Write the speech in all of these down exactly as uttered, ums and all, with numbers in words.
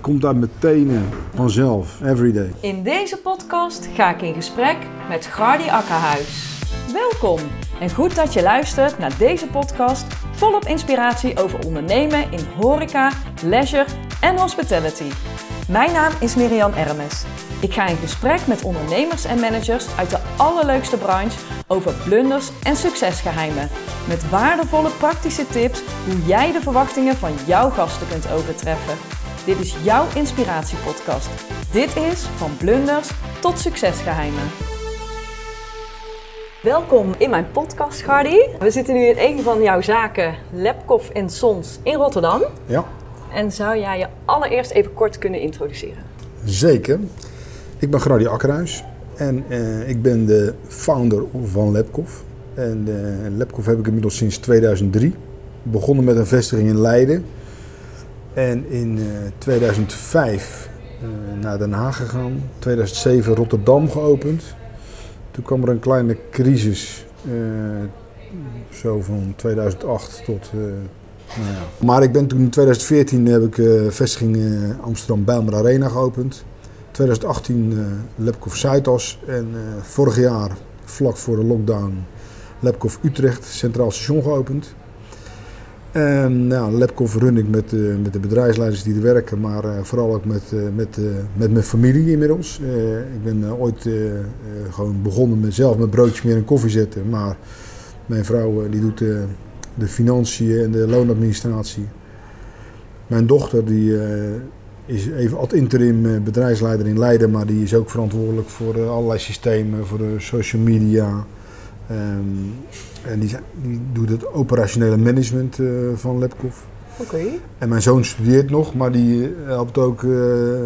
komt uit mijn tenen vanzelf, everyday. In deze podcast ga ik in gesprek met Gardy Akkerhuis. Welkom en goed dat je luistert naar deze podcast volop inspiratie over ondernemen in horeca, leisure en hospitality. Mijn naam is Miriam Ermes. Ik ga in gesprek met ondernemers en managers uit de allerleukste branche over blunders en succesgeheimen. Met waardevolle praktische tips hoe jij de verwachtingen van jouw gasten kunt overtreffen. Dit is jouw inspiratiepodcast. Dit is van blunders tot succesgeheimen. Welkom in mijn podcast, Gardy. We zitten nu in een van jouw zaken, Lepkoff en Sons in Rotterdam. Ja. En zou jij je allereerst even kort kunnen introduceren? Zeker. Ik ben Gardy Akkerhuis en uh, ik ben de founder van Lepkoff. En uh, Lepkoff heb ik inmiddels sinds tweeduizend drie. Begonnen met een vestiging in Leiden. En in uh, tweeduizend vijf uh, naar Den Haag gegaan. tweeduizend zeven Rotterdam geopend. Toen kwam er een kleine crisis. Uh, zo van tweeduizend acht tot... Uh, nou ja. Maar ik ben toen in tweeduizend veertien heb ik uh, vestiging uh, Amsterdam Bijlmer Arena geopend. tweeduizend achttien uh, Lepkoff Zuidas. En uh, vorig jaar, vlak voor de lockdown, Lepkoff Utrecht Centraal Station geopend. En nou, Lepkoff run ik met, uh, met de bedrijfsleiders die er werken, maar uh, vooral ook met, uh, met, uh, met mijn familie inmiddels. Uh, ik ben uh, ooit uh, uh, gewoon begonnen met zelf met broodjes meer en koffie zetten, maar mijn vrouw uh, die doet uh, de financiën en de loonadministratie. Mijn dochter die uh, is even ad interim uh, bedrijfsleider in Leiden, maar die is ook verantwoordelijk voor uh, allerlei systemen, voor de social media. Um, en die, die doet het operationele management uh, van Lepkoff. Oké. Okay. En mijn zoon studeert nog, maar die helpt ook uh,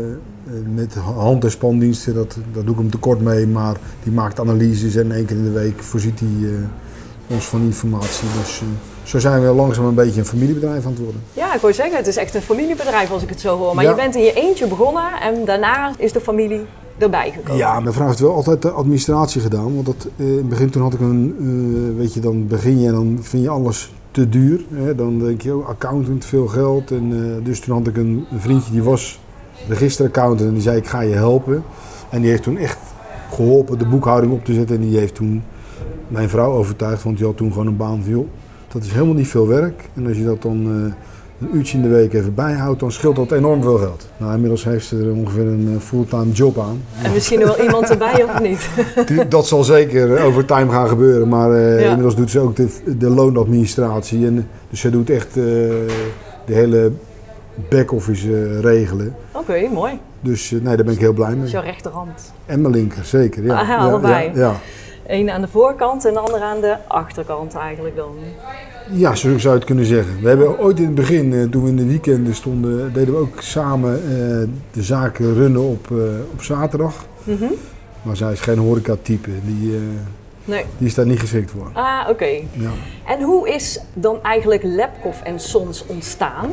met hand- en spandiensten. Dat, dat doe ik hem tekort mee, maar die maakt analyses en één keer in de week voorziet hij uh, ons van informatie. Dus uh, zo zijn we langzaam een beetje een familiebedrijf aan het worden. Ja, ik wou zeggen, het is echt een familiebedrijf als ik het zo hoor. Maar ja. Je bent in je eentje begonnen en daarna is de familie erbij gekomen. Ja, mijn vrouw heeft wel altijd de administratie gedaan. Want dat, uh, in het begin toen had ik een, uh, weet je, dan begin je en dan vind je alles te duur. Hè? Dan denk je, oh, accountant, veel geld. En, uh, dus toen had ik een, een vriendje die was registeraccountant en die zei ik ga je helpen. En die heeft toen echt geholpen de boekhouding op te zetten. En die heeft toen mijn vrouw overtuigd, want die had toen gewoon een baan van joh, dat is helemaal niet veel werk. En als je dat dan uh, een uurtje in de week even bijhoudt, dan scheelt dat enorm veel geld. Nou, inmiddels heeft ze er ongeveer een fulltime job aan. En misschien nog wel iemand erbij of niet? Dat zal zeker over time gaan gebeuren, maar uh, ja. inmiddels doet ze ook de, de loonadministratie. En, dus ze doet echt uh, de hele back-office uh, regelen. Oké, okay, mooi. Dus uh, nee, daar ben ik heel blij mee. Dat is jouw rechterhand. En mijn linker, zeker. Ja. Ah, ja, ja, allebei. Ja, ja. Eén aan de voorkant en de andere aan de achterkant eigenlijk dan. Ja, zo zou je het kunnen zeggen. We hebben ooit in het begin, toen we in de weekenden stonden, deden we ook samen uh, de zaken runnen op, uh, op zaterdag. Mm-hmm. Maar zij is geen horeca-type, die, uh, nee. die is daar niet geschikt voor. Ah, oké. Okay. Ja. En hoe is dan eigenlijk Lepkoff en Sons ontstaan?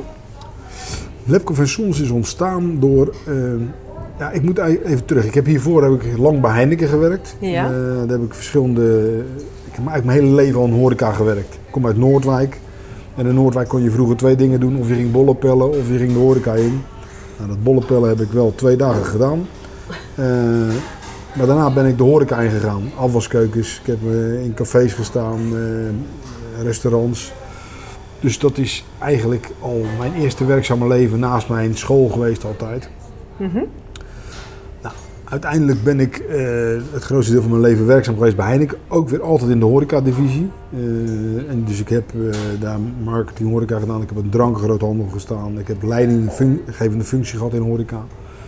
Lepkoff en Sons is ontstaan door... Uh, ja, ik moet even terug. Ik heb hiervoor heb ik lang bij Heineken gewerkt. Ja. Uh, daar heb ik verschillende... Ik heb eigenlijk mijn hele leven al in horeca gewerkt. Ik kom uit Noordwijk. En in Noordwijk kon je vroeger twee dingen doen. Of je ging bollen pellen of je ging de horeca in. Nou, dat bollen pellen heb ik wel twee dagen gedaan. Uh, maar daarna ben ik de horeca ingegaan. Afwaskeukens. Ik heb uh, in cafés gestaan. Uh, restaurants. Dus dat is eigenlijk al mijn eerste werkzame leven naast mijn school geweest altijd. Mm-hmm. Nou, uiteindelijk ben ik uh, het grootste deel van mijn leven werkzaam geweest bij Heineken. Ook weer altijd in de horeca-divisie. Uh, en dus ik heb uh, daar marketing horeca gedaan. Ik heb een drankengroothandel gestaan. Ik heb leidinggevende functie gehad in horeca.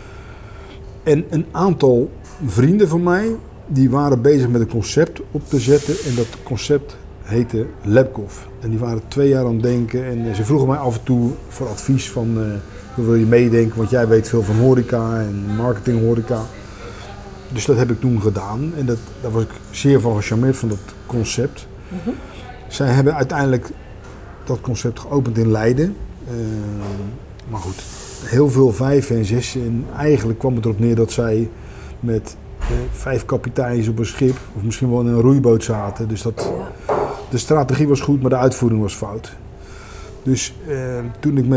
En een aantal vrienden van mij die waren bezig met een concept op te zetten. En dat concept heette Lepkoff. En die waren twee jaar aan het denken. En ze vroegen mij af en toe voor advies van... Uh, hoe wil je meedenken, want jij weet veel van horeca en marketing horeca. Dus dat heb ik toen gedaan en dat, daar was ik zeer van gecharmeerd van dat concept. Mm-hmm. Zij hebben uiteindelijk dat concept geopend in Leiden. Uh, maar goed, heel veel vijven en zessen. En eigenlijk kwam het erop neer dat zij met uh, vijf kapiteins op een schip of misschien wel in een roeiboot zaten. Dus dat, de strategie was goed, maar de uitvoering was fout. Dus uh, toen ik met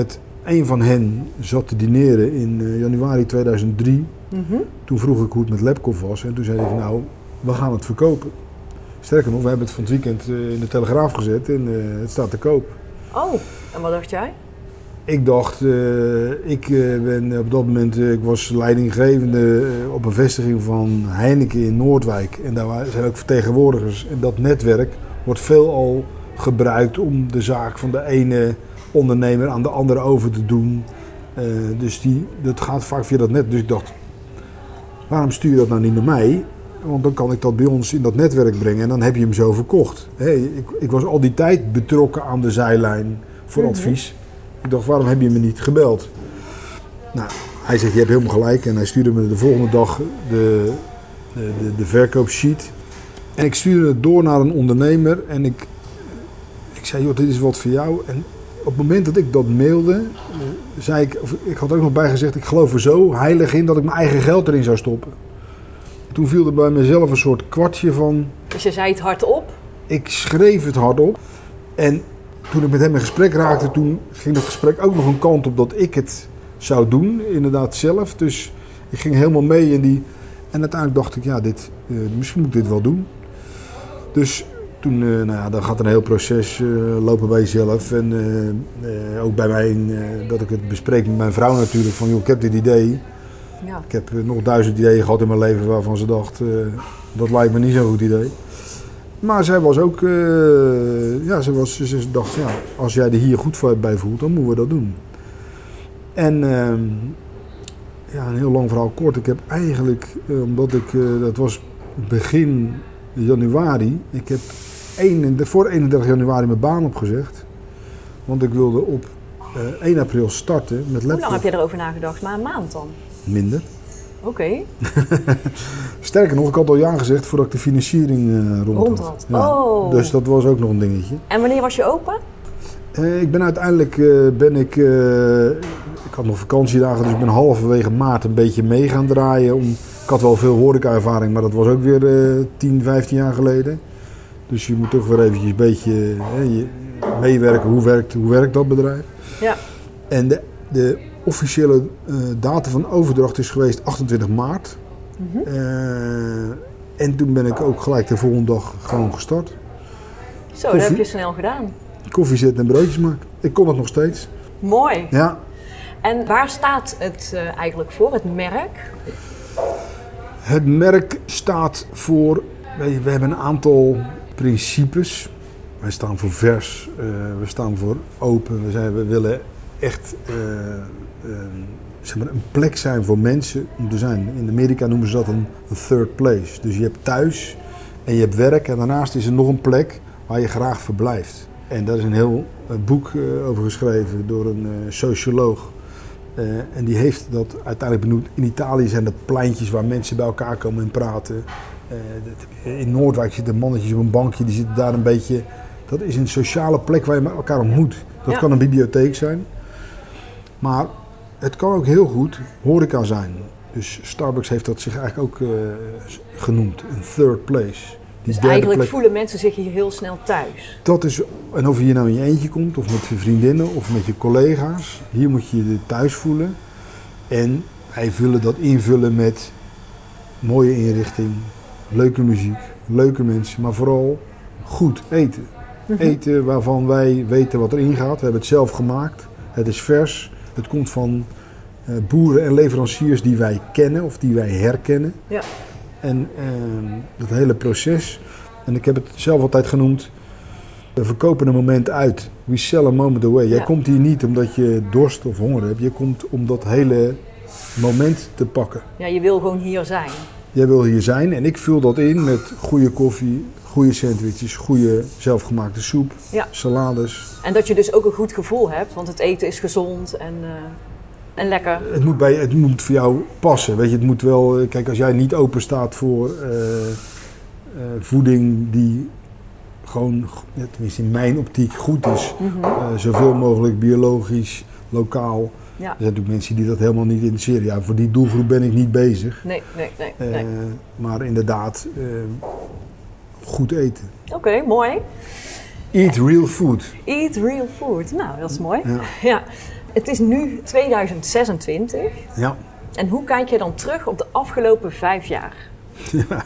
een van hen zat te dineren in uh, januari tweeduizend drie. Mm-hmm. Toen vroeg ik hoe het met Lepkov was en toen zei hij van nou, we gaan het verkopen. Sterker nog, we hebben het van het weekend uh, in de Telegraaf gezet en uh, het staat te koop. Oh, en wat dacht jij? Ik dacht, uh, ik uh, ben op dat moment, uh, ik was leidinggevende uh, op een vestiging van Heineken in Noordwijk. En daar zijn ook vertegenwoordigers. En dat netwerk wordt veelal gebruikt om de zaak van de ene ondernemer aan de andere over te doen. Uh, dus die, dat gaat vaak via dat net. Dus ik dacht, waarom stuur je dat nou niet naar mij? Want dan kan ik dat bij ons in dat netwerk brengen en dan heb je hem zo verkocht. Hey, ik, ik was al die tijd betrokken aan de zijlijn voor mm-hmm. advies. Ik dacht, waarom heb je me niet gebeld? Nou, hij zegt, je hebt helemaal gelijk. En hij stuurde me de volgende dag de, de, de, de verkoopsheet. En ik stuurde het door naar een ondernemer. En ik, ik zei, joh, dit is wat voor jou. En op het moment dat ik dat mailde, uh, zei ik, of ik had ook nog bij gezegd, ik geloof er zo heilig in dat ik mijn eigen geld erin zou stoppen. Toen viel er bij mezelf een soort kwartje van... Dus je zei het hardop? Ik schreef het hardop. En toen ik met hem in gesprek raakte, toen ging dat gesprek ook nog een kant op dat ik het zou doen, inderdaad zelf. Dus ik ging helemaal mee in die... En uiteindelijk dacht ik, ja, dit, uh, misschien moet ik dit wel doen. Dus toen, uh, nou ja, dan gaat een heel proces uh, lopen bij jezelf. En uh, uh, ook bij mij, in, uh, dat ik het bespreek met mijn vrouw natuurlijk, van joh, ik heb dit idee. Ja. Ik heb uh, nog duizend ideeën gehad in mijn leven waarvan ze dacht, uh, dat lijkt me niet zo'n goed idee. Maar zij was ook, uh, ja, ze, was, ze dacht, ja, als jij er hier goed bij voelt, dan moeten we dat doen. En uh, ja, een heel lang verhaal kort. Ik heb eigenlijk, uh, omdat ik, uh, dat was begin januari, ik heb een, voor eenendertig januari mijn baan opgezegd. Want ik wilde op uh, één april starten met Lepkov. Hoe lang heb je erover nagedacht? Maar een maand dan? Minder. Oké. Okay. Sterker nog, ik had al ja gezegd voordat ik de financiering uh, rond, rond had. Ja. Oh. Dus dat was ook nog een dingetje. En wanneer was je open? Uh, ik ben uiteindelijk, uh, ben ik, uh, ik had nog vakantiedagen, dus ik ben halverwege maart een beetje mee gaan draaien. Om, ik had wel veel horeca-ervaring, maar dat was ook weer uh, tien, vijftien jaar geleden. Dus je moet toch weer eventjes een beetje uh, meewerken, hoe werkt, hoe werkt dat bedrijf. Ja. En de, de officiële uh, datum van overdracht is geweest achtentwintig maart. Mm-hmm. Uh, en toen ben ik ook gelijk de volgende dag gewoon gestart. Zo, Koffie, dat heb je snel gedaan. Koffie zetten en broodjes maken. Ik kon het nog steeds. Mooi. Ja. En waar staat het uh, eigenlijk voor, het merk? Het merk staat voor, we hebben een aantal principes. Wij staan voor vers, uh, we staan voor open. We, zijn, we willen echt uh, uh, zeg maar een plek zijn voor mensen om te zijn. In Amerika noemen ze dat een third place. Dus je hebt thuis en je hebt werk en daarnaast is er nog een plek waar je graag verblijft. En daar is een heel uh, boek uh, over geschreven door een uh, socioloog. Uh, en die heeft dat uiteindelijk benoemd. In Italië zijn dat pleintjes waar mensen bij elkaar komen en praten. Uh, in Noordwijk zitten mannetjes op een bankje, die zitten daar een beetje... Dat is een sociale plek waar je met elkaar ontmoet. Dat ja. kan een bibliotheek zijn. Maar het kan ook heel goed horeca zijn. Dus Starbucks heeft dat zich eigenlijk ook uh, genoemd. Een third place. Die dus eigenlijk plek. Voelen mensen zich hier heel snel thuis. Dat is, en of je hier nou in je eentje komt, of met je vriendinnen, of met je collega's. Hier moet je je thuis voelen. En wij vullen dat invullen met mooie inrichting, leuke muziek, leuke mensen, maar vooral goed eten. Mm-hmm. Eten waarvan wij weten wat erin gaat. We hebben het zelf gemaakt. Het is vers. Het komt van uh, boeren en leveranciers die wij kennen of die wij herkennen. Ja. En uh, dat hele proces. En ik heb het zelf altijd genoemd. We verkopen een moment uit. We sell a moment away. Jij ja. komt hier niet omdat je dorst of honger hebt. Je komt om dat hele moment te pakken. Ja, je wil gewoon hier zijn. Jij wil hier zijn en ik vul dat in met goede koffie, goede sandwiches, goede zelfgemaakte soep, ja. salades. En dat je dus ook een goed gevoel hebt, want het eten is gezond en, uh, en lekker. Het moet, bij, het moet voor jou passen. Weet je, het moet wel, kijk, als jij niet open staat voor uh, uh, voeding die gewoon, tenminste in mijn optiek, goed is. Mm-hmm. Uh, zoveel mogelijk biologisch, lokaal. Ja. Er zijn natuurlijk mensen die dat helemaal niet interesseren. Ja, voor die doelgroep ben ik niet bezig. Nee, nee, nee. Uh, nee. Maar inderdaad, uh, goed eten. Oké, okay, mooi. Eat real food. Eat real food. Nou, dat is mooi. Ja. ja. Het is nu tweeduizend zesentwintig. Ja. En hoe kijk je dan terug op de afgelopen vijf jaar? Ja.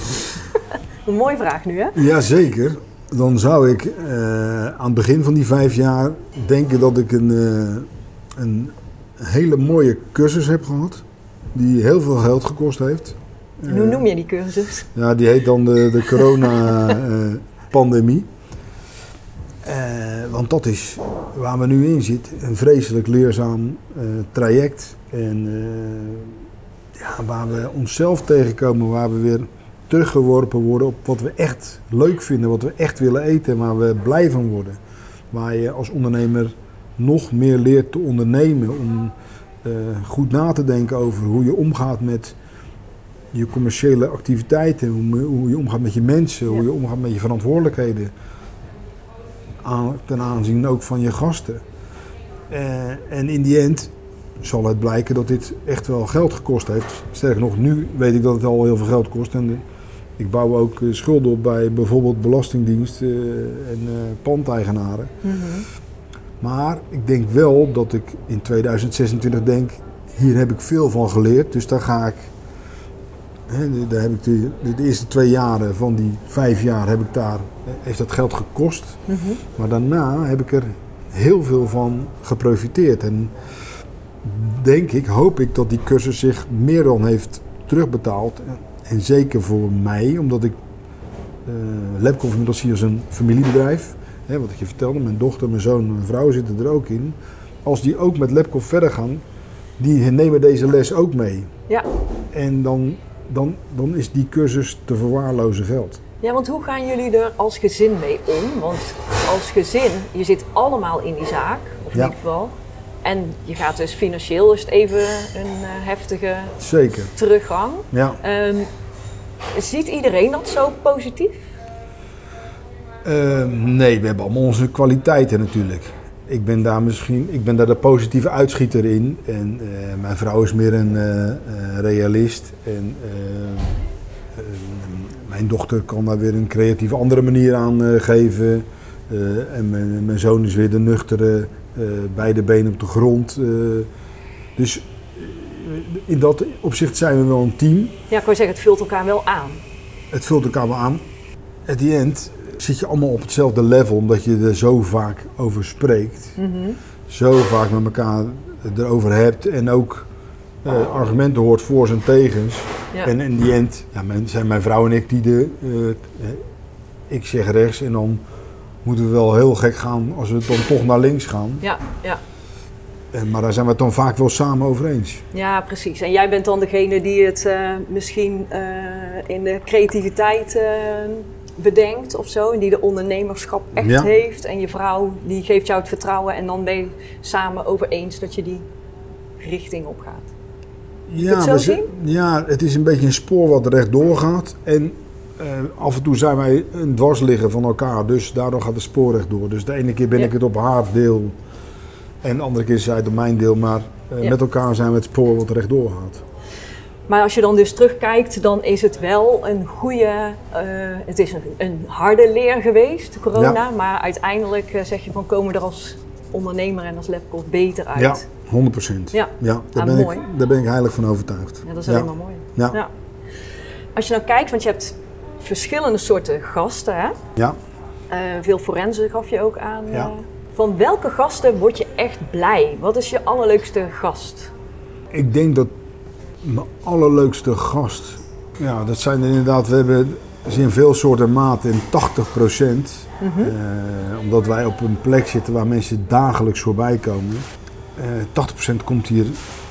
Een mooie vraag nu, hè? Jazeker. Dan zou ik uh, aan het begin van die vijf jaar denken dat ik een, uh, een hele mooie cursus heb gehad. Die heel veel geld gekost heeft. En hoe noem je die cursus? Ja, die heet dan de, de corona-pandemie. Uh, uh, want dat is waar we nu in zitten. Een vreselijk leerzaam uh, traject. En uh, ja, waar we onszelf tegenkomen, waar we weer teruggeworpen worden op wat we echt leuk vinden, wat we echt willen eten, waar we blij van worden. Waar je als ondernemer nog meer leert te ondernemen, om uh, goed na te denken over hoe je omgaat met je commerciële activiteiten, hoe, hoe je omgaat met je mensen, hoe je omgaat met je verantwoordelijkheden. Aan, ten aanzien ook van je gasten. Uh, en in die end zal het blijken dat dit echt wel geld gekost heeft. Sterker nog, nu weet ik dat het al heel veel geld kost. En uh, ik bouw ook uh, schulden op bij bijvoorbeeld Belastingdienst uh, en uh, pandeigenaren. Mm-hmm. Maar ik denk wel dat ik in tweeduizend zesentwintig denk, hier heb ik veel van geleerd. Dus daar ga ik, hè, daar heb ik de, de eerste twee jaren van die vijf jaar heb ik daar, heeft dat geld gekost. Mm-hmm. Maar daarna heb ik er heel veel van geprofiteerd. En denk ik, hoop ik dat die cursus zich meer dan heeft terugbetaald. En zeker voor mij, omdat ik uh, Lepkov inmiddels zie als een familiebedrijf. Hè, wat ik je vertelde, mijn dochter, mijn zoon, mijn vrouw zitten er ook in. Als die ook met Lepkov verder gaan, die nemen deze les ook mee. Ja. En dan, dan, dan is die cursus te verwaarlozen geld. Ja, want hoe gaan jullie er als gezin mee om? Want als gezin, je zit allemaal in die zaak, of in ja. ieder geval. En je gaat dus financieel is het even een uh, heftige Zeker. teruggang. Ja. Um, ziet iedereen dat zo positief? Uh, nee, we hebben allemaal onze kwaliteiten natuurlijk. Ik ben daar misschien, ik ben daar de positieve uitschieter in. En uh, mijn vrouw is meer een uh, uh, realist. En uh, uh, mijn dochter kan daar weer een creatieve andere manier aan uh, geven. Uh, en mijn, mijn zoon is weer de nuchtere, uh, beide benen op de grond. Uh, dus uh, in dat opzicht zijn we wel een team. Ja, ik wou zeggen, het vult elkaar wel aan. Het vult elkaar wel aan. At the end zit je allemaal op hetzelfde level, omdat je er zo vaak over spreekt. Mm-hmm. Zo vaak met elkaar erover hebt en ook uh, argumenten hoort voor's en tegens. Ja. En in die end ja, zijn mijn vrouw en ik die de... Uh, ik zeg rechts en dan moeten we wel heel gek gaan als we dan toch naar links gaan. Ja, ja. En, maar daar zijn we het dan vaak wel samen over eens. Ja, precies. En jij bent dan degene die het uh, misschien uh, in de creativiteit... Uh, bedenkt of zo, en die de ondernemerschap echt ja. heeft. En je vrouw, die geeft jou het vertrouwen en dan ben je samen over eens dat je die richting op gaat. Ja, het zo dus, zien? Ja, het is een beetje een spoor wat rechtdoor gaat. En uh, af en toe zijn wij een dwars liggen van elkaar, dus daardoor gaat het spoor rechtdoor. Dus de ene keer ben ja. ik het op haar deel en de andere keer is zij het op mijn deel. Maar uh, ja. met elkaar zijn we het spoor wat rechtdoor gaat. Maar als je dan dus terugkijkt, dan is het wel een goede, uh, het is een, een harde leer geweest, corona. Ja. Maar uiteindelijk uh, zeg je van komen we er als ondernemer en als Lepkov beter uit. Ja, honderd procent. Ja, ja daar, ah, ben mooi. ik, daar ben ik heilig van overtuigd. Ja, dat is ja. alleen maar mooi. Ja. Ja. Als je nou kijkt, want je hebt verschillende soorten gasten, hè? Ja. Uh, veel forensen gaf je ook aan. Ja. Uh, van welke gasten word je echt blij? Wat is je allerleukste gast? Ik denk dat mijn allerleukste gast, ja, dat zijn er inderdaad, we hebben ze in veel soorten maten in tachtig procent. Mm-hmm. Uh, omdat wij op een plek zitten waar mensen dagelijks voorbij komen. Uh, tachtig procent komt hier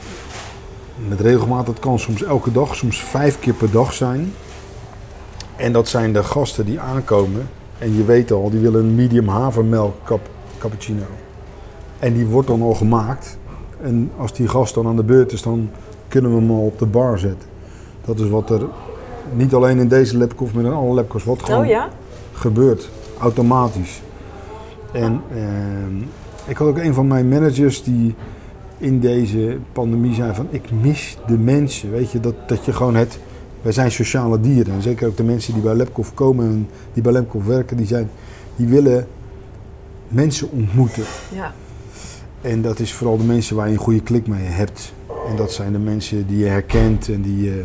met regelmaat, dat kan soms elke dag, soms vijf keer per dag zijn. En dat zijn de gasten die aankomen en je weet al, die willen een medium havermelk cap- cappuccino. En die wordt dan al gemaakt. En als die gast dan aan de beurt is, dan kunnen we hem al op de bar zetten. Dat is wat er niet alleen in deze Lepkov, maar in alle Lepkovs wat gewoon oh, ja? gebeurt. Automatisch. En eh, ik had ook een van mijn managers die in deze pandemie zei van ik mis de mensen. Weet je, dat, dat je gewoon het... Wij zijn sociale dieren. En zeker ook de mensen die bij Lepkov komen en die bij Lepkov werken, die, zijn, die willen mensen ontmoeten. Ja. En dat is vooral de mensen waar je een goede klik mee hebt. En dat zijn de mensen die je herkent en die je...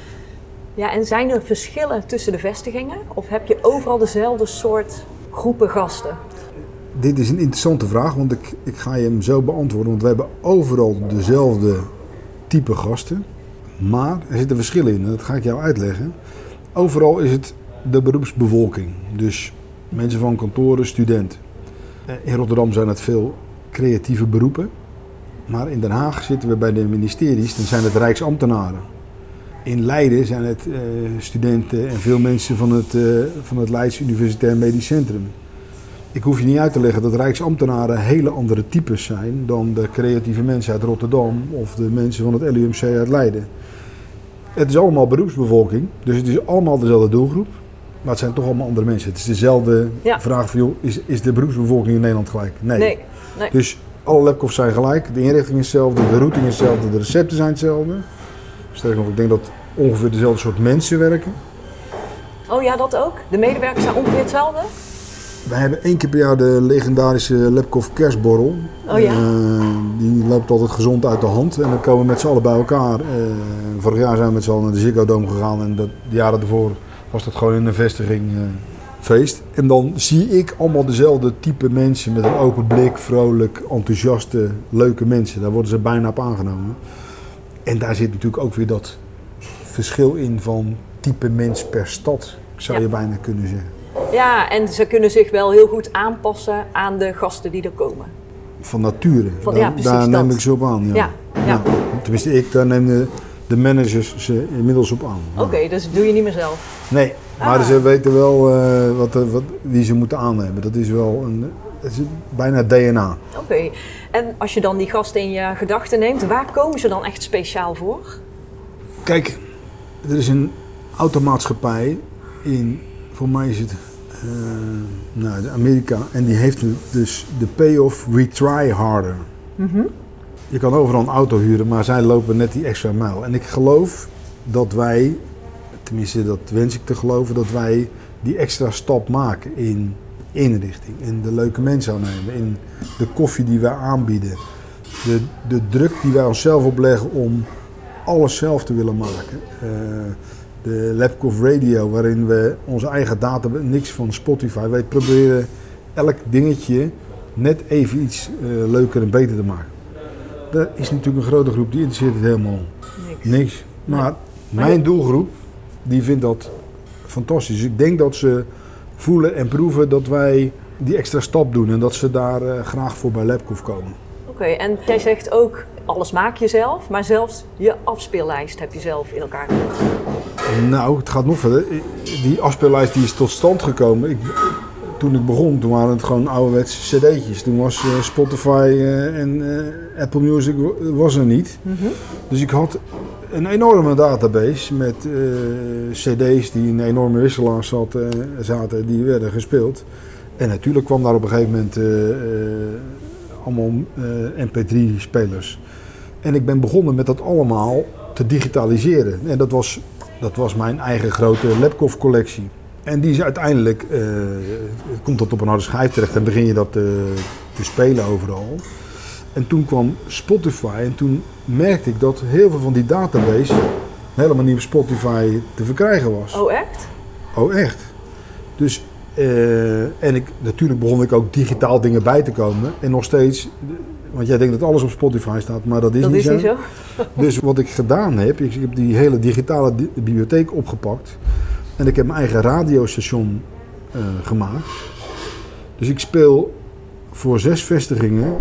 Ja, en zijn er verschillen tussen de vestigingen? Of heb je overal dezelfde soort groepen gasten? Dit is een interessante vraag, want ik, ik ga je hem zo beantwoorden. Want we hebben overal dezelfde type gasten. Maar er zitten verschillen in en dat ga ik jou uitleggen. Overal is het de beroepsbevolking. Dus mensen van kantoren, studenten. In Rotterdam zijn het veel creatieve beroepen. Maar in Den Haag zitten we bij de ministeries, dan zijn het rijksambtenaren. In Leiden zijn het uh, studenten en veel mensen van het, uh, van het Leids Universitair Medisch Centrum. Ik hoef je niet uit te leggen dat rijksambtenaren hele andere types zijn dan de creatieve mensen uit Rotterdam of de mensen van het L U M C uit Leiden. Het is allemaal beroepsbevolking, dus het is allemaal dezelfde doelgroep. Maar het zijn toch allemaal andere mensen. Het is dezelfde ja. vraag van, joh, is, is de beroepsbevolking in Nederland gelijk? Nee. nee, nee. Dus alle Lepkofs zijn gelijk, de inrichting is hetzelfde, de routing is hetzelfde, de recepten zijn hetzelfde. Sterker nog, ik denk dat ongeveer dezelfde soort mensen werken. Oh ja, dat ook? De medewerkers zijn ongeveer hetzelfde? Wij hebben één keer per jaar de legendarische Lepkof kerstborrel. Oh ja? Uh, die loopt altijd gezond uit de hand. En dan komen we met z'n allen bij elkaar. Uh, vorig jaar zijn we met z'n allen naar de Ziggo Dome gegaan. En dat, de jaren daarvoor was dat gewoon in een vestiging uh, feest. En dan zie ik allemaal dezelfde type mensen met een open blik, vrolijk, enthousiaste, leuke mensen. Daar worden ze bijna op aangenomen. En daar zit natuurlijk ook weer dat verschil in van type mens per stad, zou je ja. bijna kunnen zeggen. Ja, en ze kunnen zich wel heel goed aanpassen aan de gasten die er komen. Van nature, van, daar, ja, precies, daar neem dat. ik ze op aan. Ja. Ja, ja. Ja. Tenminste, ik, daar neem de, de managers ze inmiddels op aan. Oké, okay, dus dat doe je niet meer zelf? Nee, maar ah. ze weten wel uh, wat, wat, wie ze moeten aannemen. Dat is wel een, het is bijna D N A. Oké, okay. En als je dan die gasten in je gedachten neemt, waar komen ze dan echt speciaal voor? Kijk, er is een automaatschappij in, voor mij is het uh, nou, Amerika, en die heeft dus de payoff we try harder. Mm-hmm. Je kan overal een auto huren, maar zij lopen net die extra mijl. En ik geloof dat wij, tenminste dat wens ik te geloven, dat wij die extra stap maken in inrichting, in de leuke mensen aannemen, in de koffie die wij aanbieden, de, de druk die wij onszelf opleggen om alles zelf te willen maken. Uh, de Lepkof Radio, waarin we onze eigen data, niks van Spotify, wij proberen elk dingetje net even iets uh, leuker en beter te maken. Er is natuurlijk een grote groep die interesseert het helemaal niks. niks. Maar nee. Mijn doelgroep, die vindt dat fantastisch. Dus ik denk dat ze voelen en proeven dat wij die extra stap doen en dat ze daar uh, graag voor bij Lepkof komen. Oké, okay, en jij zegt ook, alles maak je zelf, maar zelfs je afspeellijst heb je zelf in elkaar gelegd. Nou, het gaat nog verder. Die afspeellijst die is tot stand gekomen. Ik, toen ik begon, toen waren het gewoon ouderwetse cd'tjes. Toen was uh, Spotify uh, en uh, Apple Music was er niet. Mm-hmm. Dus ik had een enorme database met uh, cd's die in enorme wisselaars zat, uh, zaten, die werden gespeeld. En natuurlijk kwam daar op een gegeven moment uh, uh, allemaal uh, M P drie spelers. En ik ben begonnen met dat allemaal te digitaliseren. En dat was, dat was mijn eigen grote Lepkof collectie. En die is uiteindelijk, uh, komt dat op een harde schijf terecht en begin je dat uh, te spelen overal. En toen kwam Spotify en toen merkte ik dat heel veel van die database helemaal niet op Spotify te verkrijgen was. Oh echt? Oh echt. Dus, uh, en ik, natuurlijk begon ik ook digitaal dingen bij te komen. En nog steeds, want jij denkt dat alles op Spotify staat, maar dat is, dat niet, is zo. niet zo. Dus wat ik gedaan heb, ik heb die hele digitale di- bibliotheek opgepakt. En ik heb mijn eigen radiostation uh, gemaakt. Dus ik speel voor zes vestigingen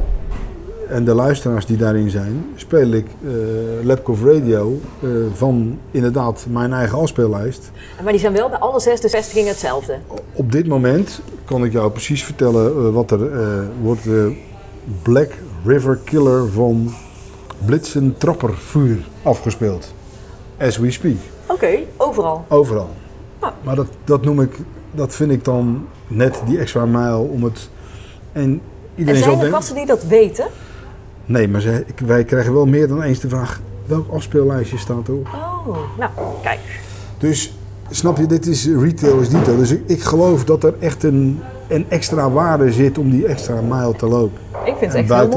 en de luisteraars die daarin zijn, speel ik uh, Lepkof Radio uh, van inderdaad mijn eigen afspeellijst. Maar die zijn wel bij alle zes de vestigingen hetzelfde? Op dit moment kan ik jou precies vertellen uh, wat er uh, wordt. Uh, Black River Killer van Blitzen Trappervuur afgespeeld. As we speak. Oké, okay, overal? Overal. Ah. Maar dat, dat noem ik, dat vind ik dan net die extra mijl om het... En, iedereen en zijn er denken, gasten die dat weten? Nee, maar zij, wij krijgen wel meer dan eens de vraag, welk afspeellijstje staat erop? Oh, nou, kijk. Dus, snap je, dit is retail is detail. Dus ik, ik geloof dat er echt een, een extra waarde zit om die extra mijl te lopen. Ik vind het echt buiten, heel mooi.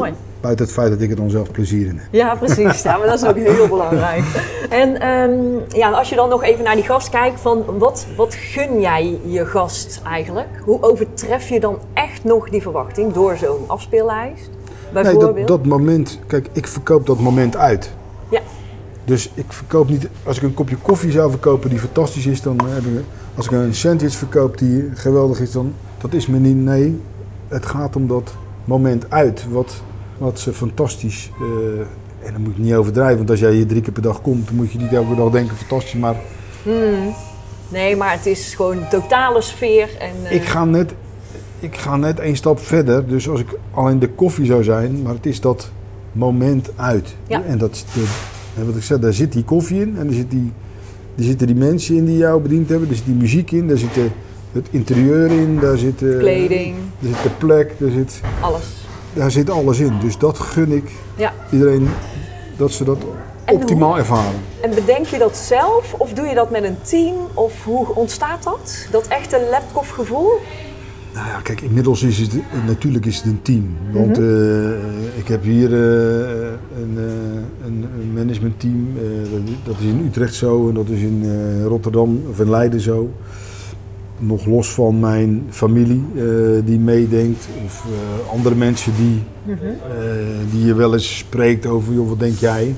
Buiten het feit dat ik er dan zelf plezier in heb. Ja, precies. Ja, maar dat is ook heel belangrijk. En um, ja, als je dan nog even naar die gast kijkt, van wat, wat gun jij je gast eigenlijk? Hoe overtref je dan echt nog die verwachting door zo'n afspeellijst? Bijvoorbeeld? Nee, dat, dat moment, kijk, ik verkoop dat moment uit. Ja. Dus ik verkoop niet, als ik een kopje koffie zou verkopen die fantastisch is, dan heb ik, als ik een sandwich verkoop die geweldig is, dan, dat is me niet, nee. Het gaat om dat moment uit, wat, wat ze fantastisch, uh, en dan moet je niet overdrijven, want als jij hier drie keer per dag komt, dan moet je niet elke dag denken fantastisch, maar... Hmm. Nee, maar het is gewoon een totale sfeer en... Uh... Ik ga net, ik ga net één stap verder, dus als ik alleen de koffie zou zijn, maar het is dat moment uit. Ja. En dat is de, en wat ik zeg, daar zit die koffie in en er zit die, er zitten die mensen in die jou bediend hebben, er zit die muziek in, daar zit de, het interieur in, daar zit de kleding, daar zit de plek, daar zit alles. Daar zit alles in, dus dat gun ik ja. iedereen, dat ze dat en optimaal hoe, ervaren. En bedenk je dat zelf of doe je dat met een team of hoe ontstaat dat? Dat echte Lepkoff gevoel? Nou ja, kijk, inmiddels is het natuurlijk is het een team. Want mm-hmm. uh, ik heb hier uh, een, uh, een, een managementteam, uh, dat, dat is in Utrecht zo en dat is in uh, Rotterdam of in Leiden zo. Nog los van mijn familie uh, die meedenkt of uh, andere mensen die, mm-hmm. uh, die je wel eens spreekt over, joh, wat denk jij?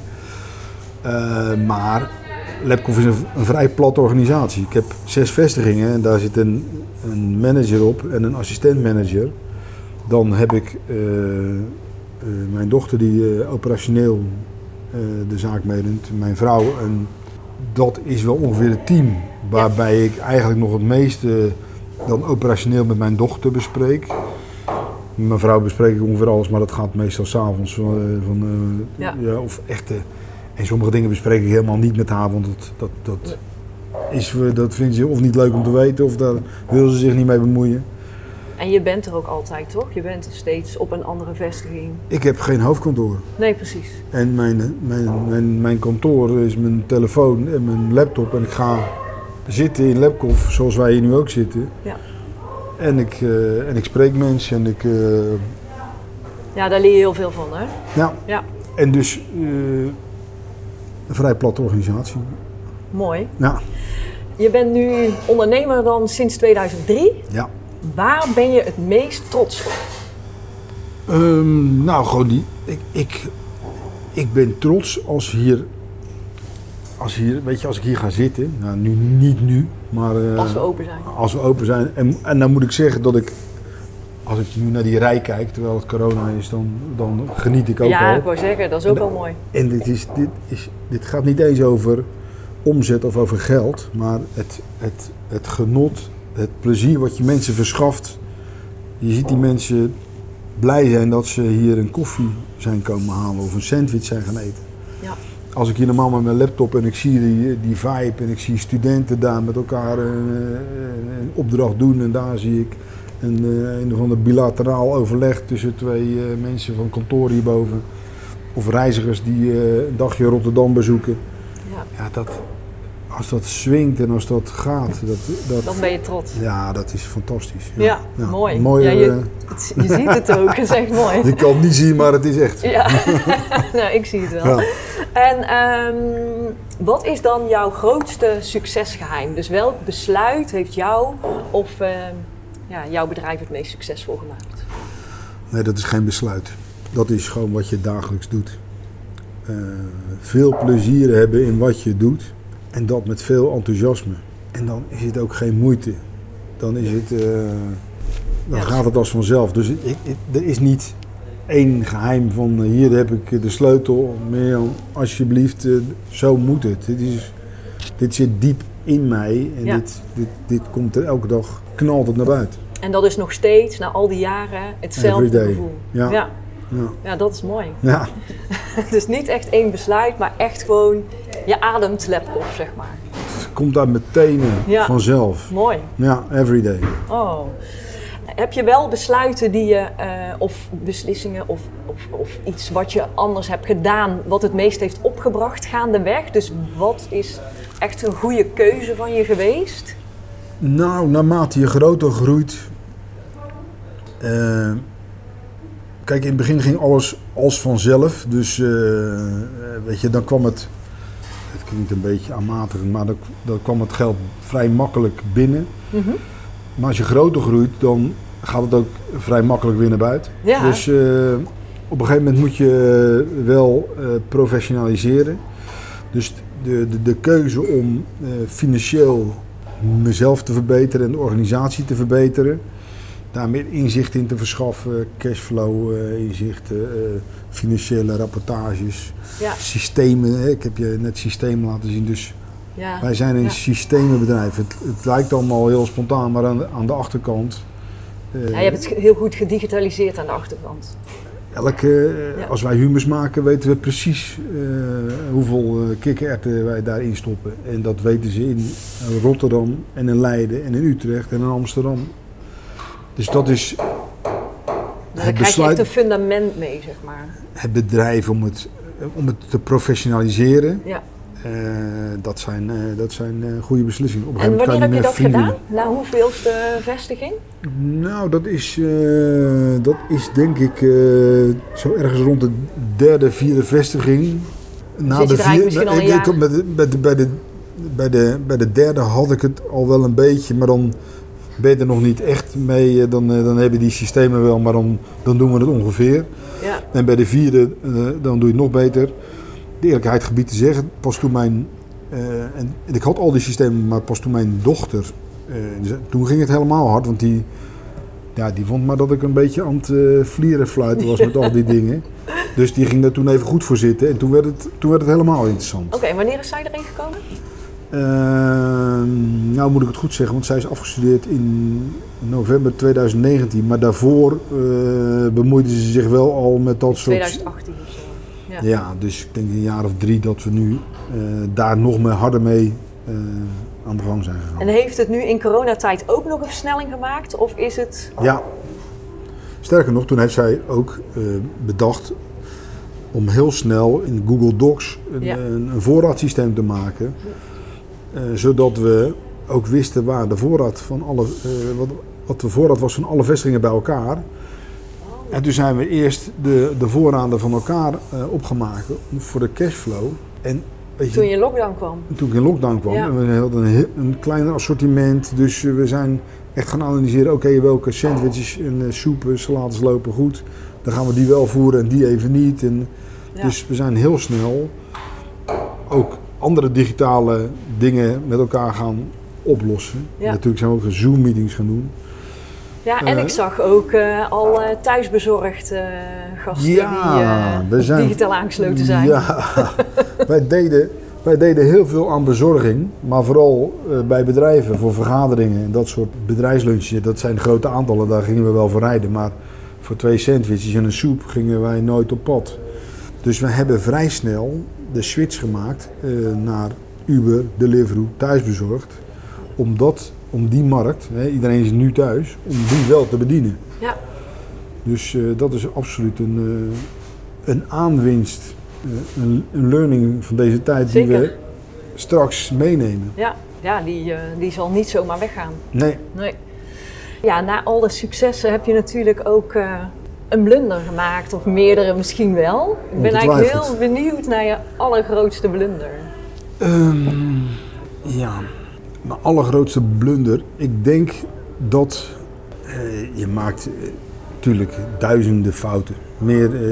Uh, maar Lepkoff is een, een vrij platte organisatie. Ik heb zes vestigingen en daar zit een, een manager op en een assistent-manager. Dan heb ik uh, uh, mijn dochter die uh, operationeel uh, de zaak meedoet, mijn vrouw. En dat is wel ongeveer het team waarbij ik eigenlijk nog het meeste dan operationeel met mijn dochter bespreek. Met mijn vrouw bespreek ik ongeveer alles, maar dat gaat meestal 's avonds van, uh, van uh, ja. Ja, of echte. En sommige dingen bespreek ik helemaal niet met haar, want dat, dat, dat, is, dat vindt ze of niet leuk om te weten of daar wil ze zich niet mee bemoeien. En je bent er ook altijd, toch? Je bent er steeds op een andere vestiging. Ik heb geen hoofdkantoor. Nee, precies. En mijn, mijn, mijn, mijn kantoor is mijn telefoon en mijn laptop en ik ga zitten in Lepkoff, zoals wij hier nu ook zitten. Ja. En ik, uh, en ik spreek mensen en ik... Uh... Ja, daar leer je heel veel van, hè? Ja. Ja. En dus... Uh, Een vrij platte organisatie. Mooi. Ja. Je bent nu ondernemer dan sinds tweeduizend drie. Ja. Waar ben je het meest trots op? Um, nou, gewoon die. Ik, ik, ik ben trots als hier, als hier, weet je, als ik hier ga zitten. Nou, nu niet nu, maar uh, als we open zijn. Als we open zijn. En, en dan moet ik zeggen dat ik, als ik nu naar die rij kijk, terwijl het corona is, dan, dan geniet ik ook ja, wel. Ja, ik wou zeggen, dat is ook en, wel mooi. En dit, is, dit, is, dit gaat niet eens over omzet of over geld, maar het, het, het genot, het plezier wat je mensen verschaft. Je ziet die mensen blij zijn dat ze hier een koffie zijn komen halen of een sandwich zijn gaan eten. Ja. Als ik hier normaal met mijn laptop en ik zie die, die vibe en ik zie studenten daar met elkaar een, een opdracht doen en daar zie ik een, een of ander bilateraal overleg tussen twee uh, mensen van kantoor hierboven. Of reizigers die uh, een dagje Rotterdam bezoeken. Ja. Ja, dat, als dat swingt en als dat gaat. Dat, dat, dan ben je trots. Ja, dat is fantastisch. Ja, ja, ja mooi. Mooie, ja, je, het, je ziet het ook, het is echt mooi. Je kan het niet zien, maar het is echt. Ja, nou, ik zie het wel. Ja. En um, wat is dan jouw grootste succesgeheim? Dus welk besluit heeft jou of uh, ja, jouw bedrijf het meest succesvol gemaakt? Nee, dat is geen besluit. Dat is gewoon wat je dagelijks doet. Uh, veel plezier hebben in wat je doet. En dat met veel enthousiasme. En dan is het ook geen moeite. Dan is het, uh, dan ja, gaat het als vanzelf. Dus ik, ik, er is niet één geheim van uh, hier heb ik de sleutel. Meer alsjeblieft, uh, zo moet het. Dit, is, dit zit diep in mij. En ja. dit, dit, dit komt er elke dag, knalt het naar buiten. En dat is nog steeds, na al die jaren, hetzelfde gevoel. Ja. Ja. Ja. Ja, dat is mooi. Ja. Dus niet echt één besluit, maar echt gewoon, je ademt Lepkoff, zeg maar. Het komt uit mijn tenen ja. vanzelf. Mooi. Ja, every day. Oh. Heb je wel besluiten die je, uh, of beslissingen of, of, of iets wat je anders hebt gedaan, wat het meest heeft opgebracht gaandeweg? Dus wat is echt een goede keuze van je geweest? Nou, naarmate je groter groeit... Uh, kijk, in het begin ging alles als vanzelf. Dus uh, weet je, dan kwam het, het klinkt een beetje aanmatigend, maar dan, dan kwam het geld vrij makkelijk binnen. Mm-hmm. Maar als je groter groeit, dan gaat het ook vrij makkelijk weer naar buiten. Ja. Dus uh, op een gegeven moment moet je wel uh, professionaliseren. Dus de, de, de keuze om uh, financieel mezelf te verbeteren en de organisatie te verbeteren. Daar meer inzicht in te verschaffen, cashflow uh, inzichten, uh, financiële rapportages, ja. systemen. Hè? Ik heb je net systemen laten zien, dus ja. wij zijn een ja. systemenbedrijf. Het, het lijkt allemaal heel spontaan, maar aan de, aan de achterkant... Uh, ja, je hebt het heel goed gedigitaliseerd aan de achterkant. Elke, ja. Als wij humus maken, weten we precies uh, hoeveel uh, kikkererwten wij daarin stoppen. En dat weten ze in Rotterdam en in Leiden en in Utrecht en in Amsterdam. Dus dat is nou, het dan krijg je echt een fundament mee, zeg maar. Het bedrijf om het, om het te professionaliseren. Ja. Uh, dat zijn, uh, dat zijn uh, goede beslissingen. Op en wanneer heb je dat gedaan? Na hoeveelste vestiging? Nou, dat is, uh, dat is denk ik uh, zo ergens rond de derde, vierde vestiging. Na de vierde, misschien al een jaar? Bij de, bij, de, bij, de, bij, de, bij de derde had ik het al wel een beetje, maar dan ben je er nog niet echt mee. Dan, uh, dan hebben die systemen wel, maar dan, dan doen we het ongeveer. Ja. En bij de vierde, uh, dan doe je het nog beter. De eerlijkheid gebied te zeggen, pas toen mijn, uh, en, en ik had al die systemen, maar pas toen mijn dochter, uh, dus, toen ging het helemaal hard, want die, ja, die vond maar dat ik een beetje aan het uh, vlieren fluiten was met al die dingen. Dus die ging daar toen even goed voor zitten en toen werd het, toen werd het helemaal interessant. Oké, okay, en wanneer is zij erin gekomen? Uh, nou moet ik het goed zeggen, want zij is afgestudeerd in november tweeduizend negentien, maar daarvoor uh, bemoeide ze zich wel al met dat soort... twintig achttien of zo. Ja. ja, dus ik denk een jaar of drie dat we nu uh, daar nog meer harder mee uh, aan de gang zijn gegaan. En heeft het nu in coronatijd ook nog een versnelling gemaakt of is het... Ja, sterker nog, toen heeft zij ook uh, bedacht om heel snel in Google Docs een, ja. een, een voorraadsysteem te maken. Uh, zodat we ook wisten waar de voorraad van alle, uh, wat, wat de voorraad was van alle vestigingen bij elkaar. En toen zijn we eerst de, de voorraden van elkaar uh, opgemaakt voor de cashflow. En, weet je, toen je in lockdown kwam? Toen ik in lockdown kwam. Ja. We hadden een, een kleiner assortiment. Dus uh, we zijn echt gaan analyseren. Oké, okay, welke sandwiches en uh, soepen, salades lopen goed. Dan gaan we die wel voeren en die even niet. En, ja. Dus we zijn heel snel ook andere digitale dingen met elkaar gaan oplossen. Ja. Natuurlijk zijn we ook Zoom-meetings gaan doen. Ja, en uh, ik zag ook uh, al uh, thuisbezorgd uh, gasten ja, die uh, zijn, digitaal aangesloten zijn. Ja, wij, deden, wij deden heel veel aan bezorging, maar vooral uh, bij bedrijven voor vergaderingen en dat soort bedrijfslunches. Dat zijn grote aantallen, daar gingen we wel voor rijden, maar voor twee sandwiches en een soep gingen wij nooit op pad. Dus we hebben vrij snel de switch gemaakt uh, naar Uber, Deliveroo, thuisbezorgd, omdat... om die markt, hè, iedereen is nu thuis, om die wel te bedienen. Ja. Dus uh, dat is absoluut een, uh, een aanwinst, uh, een, een learning van deze tijd. Zeker. Die we straks meenemen. Ja, ja die, uh, die zal niet zomaar weggaan. Nee. nee. Ja, na al de successen heb je natuurlijk ook uh, een blunder gemaakt, of meerdere misschien wel. Ik ben eigenlijk heel benieuwd naar je allergrootste blunder. Um, ja... Mijn allergrootste blunder, ik denk dat uh, je maakt natuurlijk uh, duizenden fouten. Meer, uh,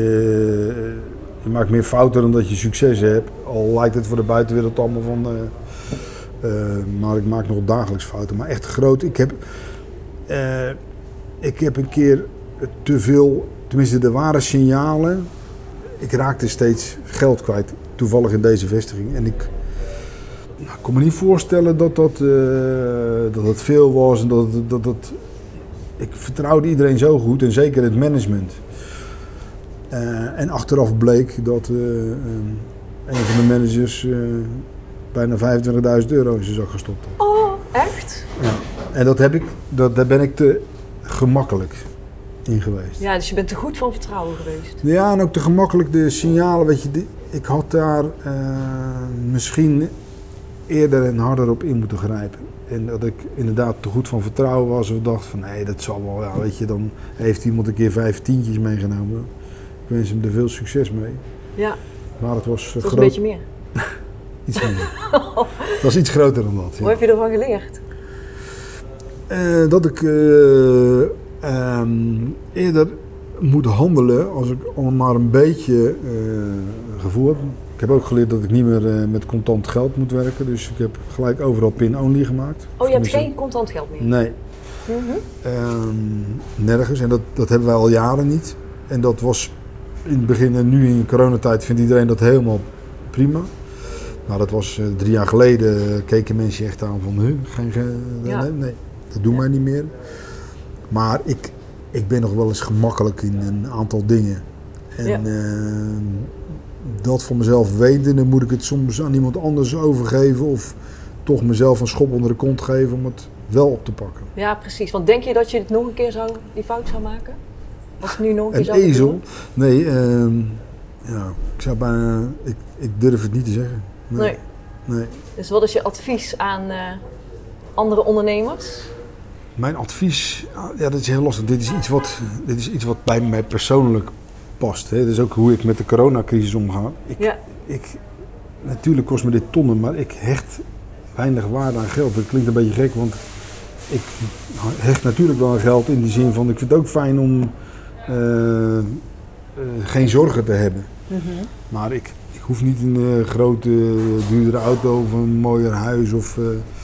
je maakt meer fouten dan dat je succes hebt. Al lijkt het voor de buitenwereld allemaal van, uh, uh, maar ik maak nog dagelijks fouten. Maar echt groot. Ik heb, uh, ik heb een keer te veel, tenminste er waren signalen. Ik raakte steeds geld kwijt, toevallig in deze vestiging. En ik... Nou, ik kon me niet voorstellen dat dat, uh, dat dat veel was en dat, dat, dat ik vertrouwde iedereen zo goed en zeker het management. Uh, en achteraf bleek dat uh, um, een van de managers uh, bijna vijfentwintigduizend euro in zijn zak gestopt had. Oh, echt? Ja. En dat heb ik, dat, daar ben ik te gemakkelijk in geweest. Ja, dus je bent te goed van vertrouwen geweest. Ja, en ook te gemakkelijk de signalen, weet je, die, ik had daar uh, misschien eerder en harder op in moeten grijpen. En dat ik inderdaad te goed van vertrouwen was. Of dacht van nee, dat zal wel. Ja, weet je, dan heeft iemand een keer vijf tientjes meegenomen. Ik wens hem er veel succes mee. Ja. Maar het was, uh, het was groot... een beetje meer. Iets meer. Het was iets groter dan dat. Ja. Hoe heb je ervan geleerd? Uh, dat ik uh, um, eerder moet handelen als ik al maar een beetje uh, gevoel heb. Ik heb ook geleerd dat ik niet meer uh, met contant geld moet werken. Dus ik heb gelijk overal pin-only gemaakt. Oh, je hebt geen contant geld meer? Nee. Mm-hmm. Um, nergens. En dat, dat hebben wij al jaren niet. En dat was in het begin en nu in coronatijd vindt iedereen dat helemaal prima. Maar dat was uh, drie jaar geleden, uh, keken mensen echt aan van, huh, geen, geen, ja. nee, nee, dat doen ja. wij niet meer. Maar ik, ik ben nog wel eens gemakkelijk in een aantal dingen. En ja. uh, dat voor mezelf weten, dan moet ik het soms aan iemand anders overgeven of toch mezelf een schop onder de kont geven om het wel op te pakken. Ja, precies. Want denk je dat je het nog een keer zou, die fout zou maken? Als het nu nog een keer een zou ezel? doen? Nee, uh, ja, ik zou bijna, ik, ik durf het niet te zeggen. Nee. nee. nee. Dus wat is je advies aan uh, andere ondernemers? Mijn advies, ja, dat is heel lastig. Dit is iets wat, dit is iets wat bij mij persoonlijk past. Hè. Dat is ook hoe ik met de coronacrisis omga. Ik, ja. ik, natuurlijk kost me dit tonnen, maar ik hecht weinig waarde aan geld. Dat klinkt een beetje gek, want ik hecht natuurlijk wel aan geld in die zin van ik vind het ook fijn om uh, uh, geen zorgen te hebben. Mm-hmm. Maar ik, ik hoef niet een uh, grote, uh, duurdere auto of een mooier huis. Of, uh,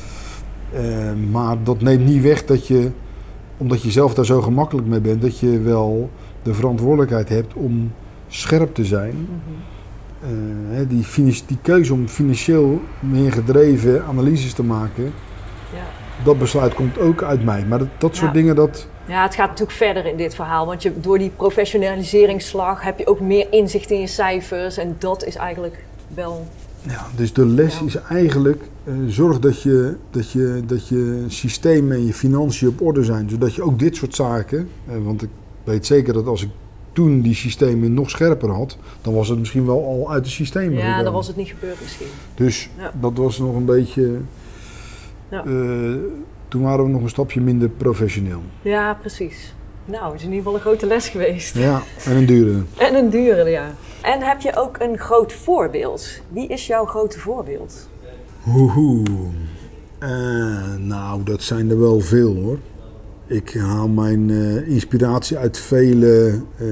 uh, maar dat neemt niet weg dat je, omdat je zelf daar zo gemakkelijk mee bent, dat je wel de verantwoordelijkheid hebt om scherp te zijn. Mm-hmm. Uh, die, die keuze om financieel meer gedreven analyses te maken, ja. dat besluit komt ook uit mij. Maar dat, dat soort ja. dingen, dat... Ja, het gaat natuurlijk verder in dit verhaal, want je, door die professionaliseringsslag heb je ook meer inzicht in je cijfers en dat is eigenlijk wel... Ja, dus de les ja. is eigenlijk, uh, zorg dat je, dat, je, dat je systeem en je financiën op orde zijn, zodat je ook dit soort zaken, uh, want ik weet zeker dat als ik toen die systemen nog scherper had, dan was het misschien wel al uit het systeem. Ja, gegaan. Dan was het niet gebeurd misschien. Dus ja. dat was nog een beetje... Ja. Uh, toen waren we nog een stapje minder professioneel. Ja, precies. Nou, het is in ieder geval een grote les geweest. Ja, en een dure. En een dure, ja. En heb je ook een groot voorbeeld? Wie is jouw grote voorbeeld? Hoehoe. Uh, nou, dat zijn er wel veel hoor. Ik haal mijn uh, inspiratie uit vele, uh,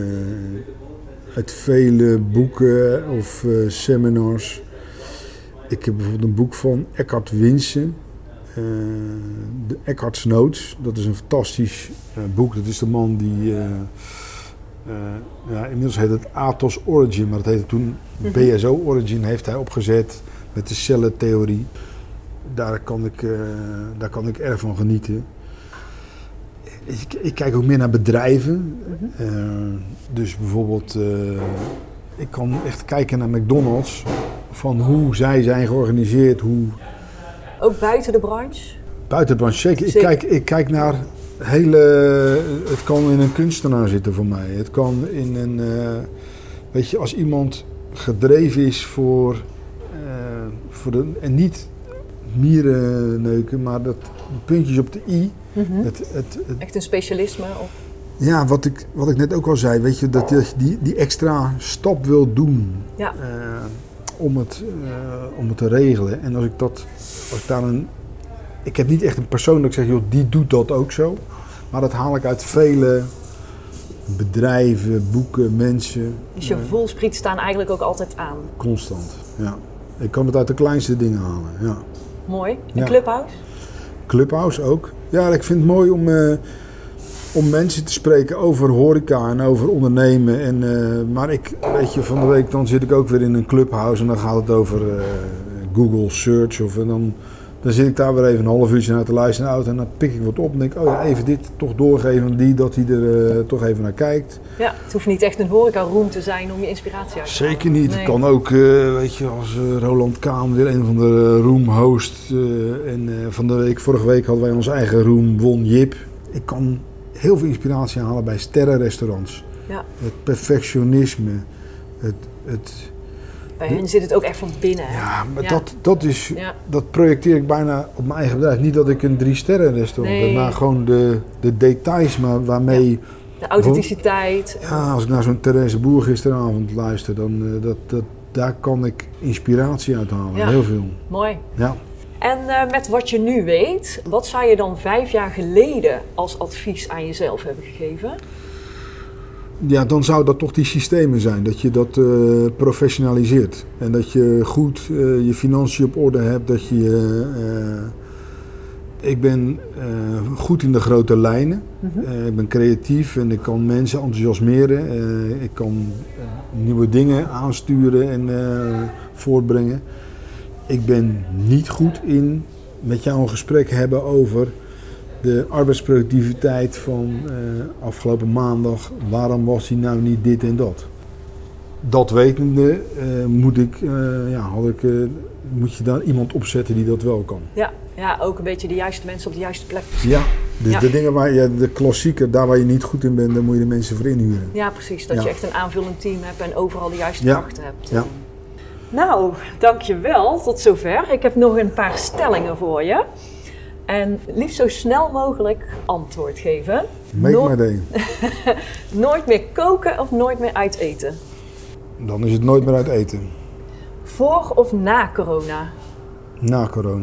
uit vele boeken of uh, seminars. Ik heb bijvoorbeeld een boek van Eckhart Winse, uh, de Eckhart's Notes. Dat is een fantastisch uh, boek. Dat is de man die, uh, uh, ja, inmiddels heet het Athos Origin, maar dat heette toen B S O Origin, heeft hij opgezet met de cellentheorie. Daar kan ik, uh, daar kan ik erg van genieten. Ik, ik kijk ook meer naar bedrijven. Mm-hmm. Uh, dus bijvoorbeeld, uh, ik kan echt kijken naar McDonald's. Van hoe zij zijn georganiseerd. Hoe... Ook buiten de branche? Buiten de branche, zeker. zeker. Ik, kijk, ik kijk naar hele... Het kan in een kunstenaar zitten voor mij. Het kan in een... Uh, weet je, als iemand gedreven is voor... Uh, voor de, en niet mieren neuken, maar dat puntjes op de i. Mm-hmm. Het, het, het, Echt een specialisme op? Ja, wat ik, wat ik net ook al zei, weet je, dat je die, die extra stap wil doen ja. uh, om, het, uh, om het te regelen. En als ik dat, als ik daar een, ik heb niet echt een persoon dat ik zeg, joh, die doet dat ook zo. Maar dat haal ik uit vele bedrijven, boeken, mensen. Dus je uh, voelspriet staan eigenlijk ook altijd aan? Constant, ja. Ik kan het uit de kleinste dingen halen, ja. Mooi. En ja. Clubhouse? Clubhouse ook. Ja, ik vind het mooi om, uh, om mensen te spreken over horeca en over ondernemen. En, uh, maar ik, weet je, van de week dan zit ik ook weer in een Clubhouse en dan gaat het over uh, Google Search. Of, en dan, dan zit ik daar weer even een half uurtje naar te luisteren in de auto en dan pik ik wat op en denk ik, oh ja, even dit toch doorgeven aan die, dat hij er uh, toch even naar kijkt. Ja, het hoeft niet echt een horeca-room te zijn om je inspiratie uit te halen. Zeker niet. Nee. Het kan ook, uh, weet je, als uh, Roland Kaan weer een van de room host. Uh, en uh, van de week, vorige week hadden wij onze eigen room, won Jip. Ik kan heel veel inspiratie halen bij sterrenrestaurants. Ja. Het perfectionisme, het, het Bij hen zit het ook echt van binnen. Hè? Ja, maar Ja. Dat, dat, is, Ja. dat projecteer ik bijna op mijn eigen bedrijf. Niet dat ik een drie sterren restaurant Nee. heb, maar gewoon de, de details maar waarmee... De authenticiteit. Ja, als ik naar zo'n Therese Boer gisteravond luister, dan uh, dat, dat, daar kan ik inspiratie uit halen. Ja. Heel veel. Mooi. Ja. En uh, met wat je nu weet, wat zou je dan vijf jaar geleden als advies aan jezelf hebben gegeven? Ja, dan zou dat toch die systemen zijn. Dat je dat uh, professionaliseert. En dat je goed uh, je financiën op orde hebt. Dat je... Uh, ik ben uh, goed in de grote lijnen. Mm-hmm. Uh, ik ben creatief en ik kan mensen enthousiasmeren. Uh, ik kan uh, nieuwe dingen aansturen en uh, voortbrengen. Ik ben niet goed in met jou een gesprek hebben over de arbeidsproductiviteit van uh, afgelopen maandag. Waarom was hij nou niet dit en dat? Dat wetende uh, moet, ik, uh, ja, had ik, uh, moet je daar iemand opzetten die dat wel kan. Ja, ja, ook een beetje de juiste mensen op de juiste plek. Ja, dus Ja. de dingen waar je, de klassieke, daar waar je niet goed in bent, daar moet je de mensen voor inhuren. Ja, precies. Dat Ja. je echt een aanvullend team hebt en overal de juiste Ja. krachten hebt. Ja. Nou, dankjewel. Tot zover. Ik heb nog een paar stellingen voor je. En liefst zo snel mogelijk antwoord geven. Make No- my day. Nooit meer koken of nooit meer uit eten? Dan is het nooit meer uit eten. Voor of na corona? Na corona.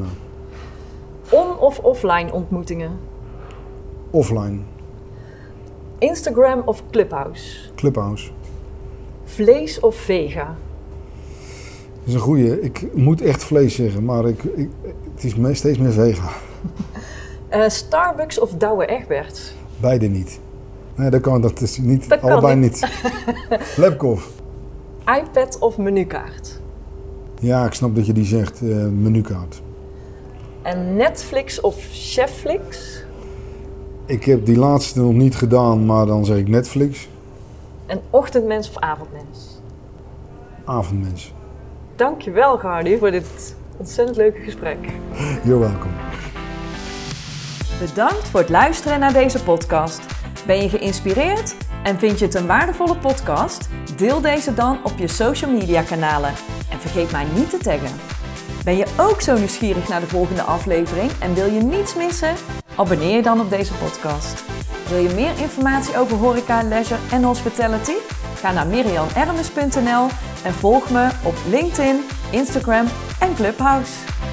On- of offline ontmoetingen? Offline. Instagram of Clubhouse? Clubhouse. Vlees of vega? Dat is een goeie. Ik moet echt vlees zeggen, maar ik, ik, het is me- steeds meer vega. Uh, Starbucks of Douwe Egberts? Beide niet. Nee, dat kan, dat is niet. Dat kan allebei niet. niet. Lepkov. iPad of menukaart? Ja, ik snap dat je die zegt. Uh, menukaart. En Netflix of Chefflix? Ik heb die laatste nog niet gedaan, maar dan zeg ik Netflix. En ochtendmens of avondmens? Avondmens. Dankjewel, Gardy, voor dit ontzettend leuke gesprek. You're welcome. Bedankt voor het luisteren naar deze podcast. Ben je geïnspireerd en vind je het een waardevolle podcast? Deel deze dan op je social media kanalen en vergeet mij niet te taggen. Ben je ook zo nieuwsgierig naar de volgende aflevering en wil je niets missen? Abonneer je dan op deze podcast. Wil je meer informatie over horeca, leisure en hospitality? Ga naar miriam ermes punt n l en volg me op LinkedIn, Instagram en Clubhouse.